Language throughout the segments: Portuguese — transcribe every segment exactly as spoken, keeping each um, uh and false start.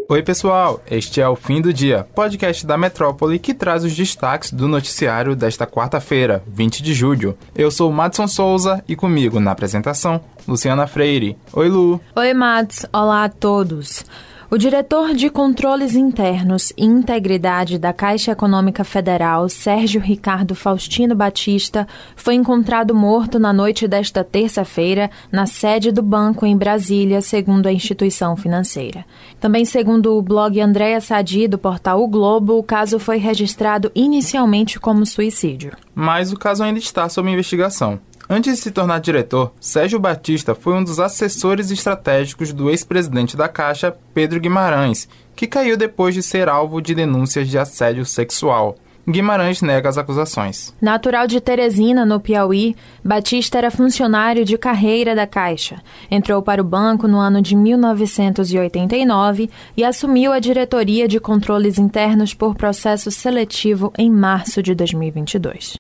Oi pessoal, este é o Fim do Dia, podcast da Metrópole que traz os destaques do noticiário desta quarta-feira, vinte de julho. Eu sou o Madson Souza e comigo na apresentação, Luciana Freire. Oi Lu. Oi Mads, olá a todos. O diretor de Controles Internos e Integridade da Caixa Econômica Federal, Sérgio Ricardo Faustino Batista, foi encontrado morto na noite desta terça-feira na sede do banco em Brasília, segundo a instituição financeira. Também segundo o blog Andréa Sadi, do portal O Globo, o caso foi registrado inicialmente como suicídio. Mas o caso ainda está sob investigação. Antes de se tornar diretor, Sérgio Batista foi um dos assessores estratégicos do ex-presidente da Caixa, Pedro Guimarães, que caiu depois de ser alvo de denúncias de assédio sexual. Guimarães nega as acusações. Natural de Teresina, no Piauí, Batista era funcionário de carreira da Caixa. Entrou para o banco no ano de mil novecentos e oitenta e nove e assumiu a diretoria de controles internos por processo seletivo em março de dois mil e vinte e dois.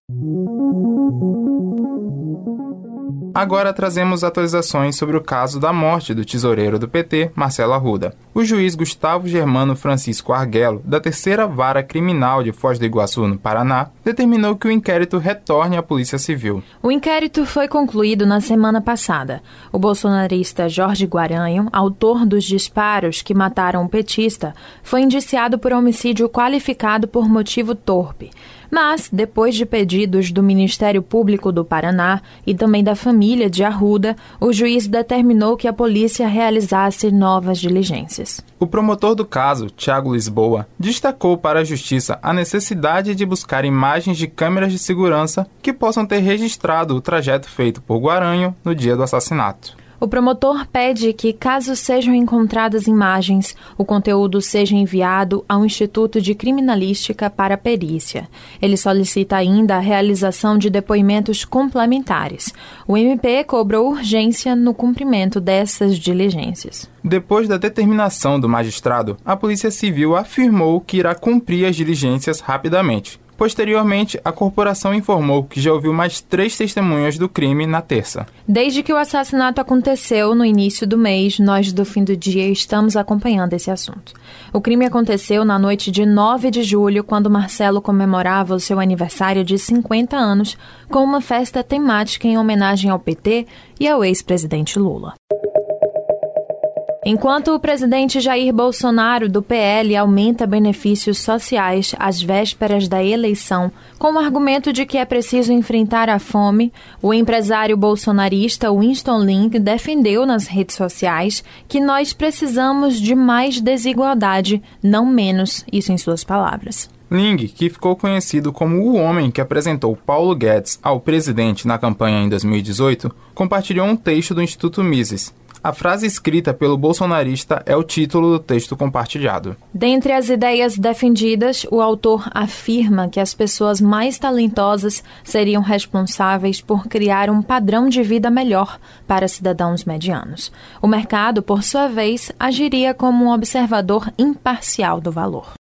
Agora trazemos atualizações sobre o caso da morte do tesoureiro do P T, Marcelo Arruda. O juiz Gustavo Germano Francisco Arguello, da terceira Vara Criminal de Foz do Iguaçu, no Paraná, determinou que o inquérito retorne à Polícia Civil. O inquérito foi concluído na semana passada. O bolsonarista Jorge Guaranho, autor dos disparos que mataram o petista, foi indiciado por homicídio qualificado por motivo torpe. Mas, depois de pedidos do Ministério Público do Paraná e também da família de Arruda, o juiz determinou que a polícia realizasse novas diligências. O promotor do caso, Tiago Lisboa, destacou para a Justiça a necessidade de buscar imagens de câmeras de segurança que possam ter registrado o trajeto feito por Guaranho no dia do assassinato. O promotor pede que, caso sejam encontradas imagens, o conteúdo seja enviado ao Instituto de Criminalística para perícia. Ele solicita ainda a realização de depoimentos complementares. O M P cobrou urgência no cumprimento dessas diligências. Depois da determinação do magistrado, a Polícia Civil afirmou que irá cumprir as diligências rapidamente. Posteriormente, a corporação informou que já ouviu mais três testemunhas do crime na terça. Desde que o assassinato aconteceu no início do mês, nós do Fim do Dia estamos acompanhando esse assunto. O crime aconteceu na noite de nove de julho, quando Marcelo comemorava o seu aniversário de cinquenta anos com uma festa temática em homenagem ao P T e ao ex-presidente Lula. Enquanto o presidente Jair Bolsonaro, do P L, aumenta benefícios sociais às vésperas da eleição, com o argumento de que é preciso enfrentar a fome, o empresário bolsonarista Winston Ling defendeu nas redes sociais que nós precisamos de mais desigualdade, não menos, isso em suas palavras. Ling, que ficou conhecido como o homem que apresentou Paulo Guedes ao presidente na campanha em dois mil e dezoito, compartilhou um texto do Instituto Mises. A frase escrita pelo bolsonarista é o título do texto compartilhado. Dentre as ideias defendidas, o autor afirma que as pessoas mais talentosas seriam responsáveis por criar um padrão de vida melhor para cidadãos medianos. O mercado, por sua vez, agiria como um observador imparcial do valor.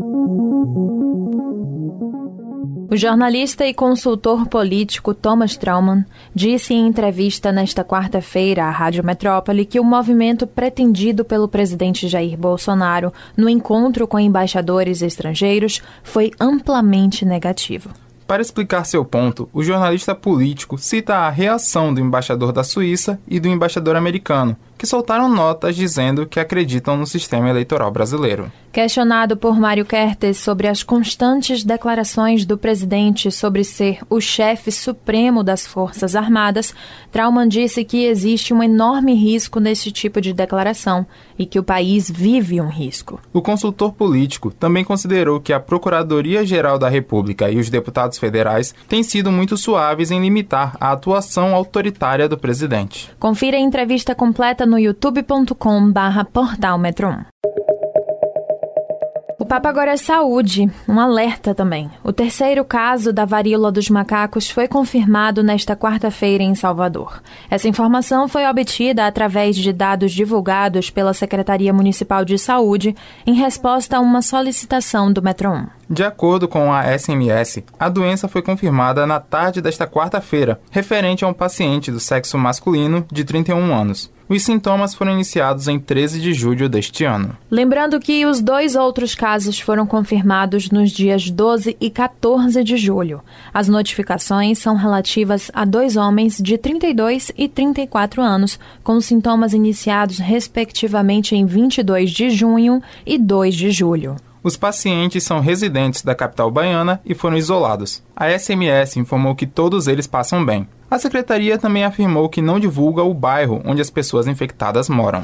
O jornalista e consultor político Thomas Trauman disse em entrevista nesta quarta-feira à Rádio Metrópole que o movimento pretendido pelo presidente Jair Bolsonaro no encontro com embaixadores estrangeiros foi amplamente negativo. Para explicar seu ponto, o jornalista político cita a reação do embaixador da Suíça e do embaixador americano, que soltaram notas dizendo que acreditam no sistema eleitoral brasileiro. Questionado por Mário Kertes sobre as constantes declarações do presidente sobre ser o chefe supremo das Forças Armadas, Trauman disse que existe um enorme risco nesse tipo de declaração e que o país vive um risco. O consultor político também considerou que a Procuradoria-Geral da República e os deputados federais têm sido muito suaves em limitar a atuação autoritária do presidente. Confira a entrevista completa no youtube ponto com barra portal Metro um. O papo agora é saúde, um alerta também. O terceiro caso da varíola dos macacos foi confirmado nesta quarta-feira em Salvador. Essa informação foi obtida através de dados divulgados pela Secretaria Municipal de Saúde em resposta a uma solicitação do Metro um. De acordo com a S M S, a doença foi confirmada na tarde desta quarta-feira, referente a um paciente do sexo masculino de trinta e um anos. Os sintomas foram iniciados em treze de julho deste ano. Lembrando que os dois outros casos foram confirmados nos dias doze e quatorze de julho. As notificações são relativas a dois homens de trinta e dois e trinta e quatro anos, com sintomas iniciados respectivamente em vinte e dois de junho e dois de julho. Os pacientes são residentes da capital baiana e foram isolados. A S M S informou que todos eles passam bem. A secretaria também afirmou que não divulga o bairro onde as pessoas infectadas moram.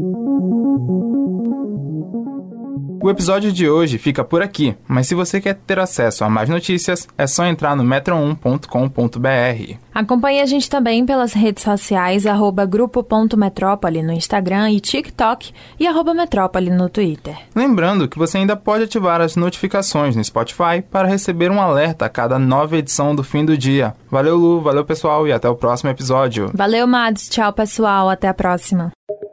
O episódio de hoje fica por aqui, mas se você quer ter acesso a mais notícias, é só entrar no metro um ponto com ponto b r. Acompanhe a gente também pelas redes sociais, arroba grupo.metrópole no Instagram e TikTok e arroba metrópole no Twitter. Lembrando que você ainda pode ativar as notificações no Spotify para receber um alerta a cada nova edição do fim do dia. Valeu, Lu, valeu pessoal e até o próximo episódio. Valeu, Mads. Tchau, pessoal. Até a próxima.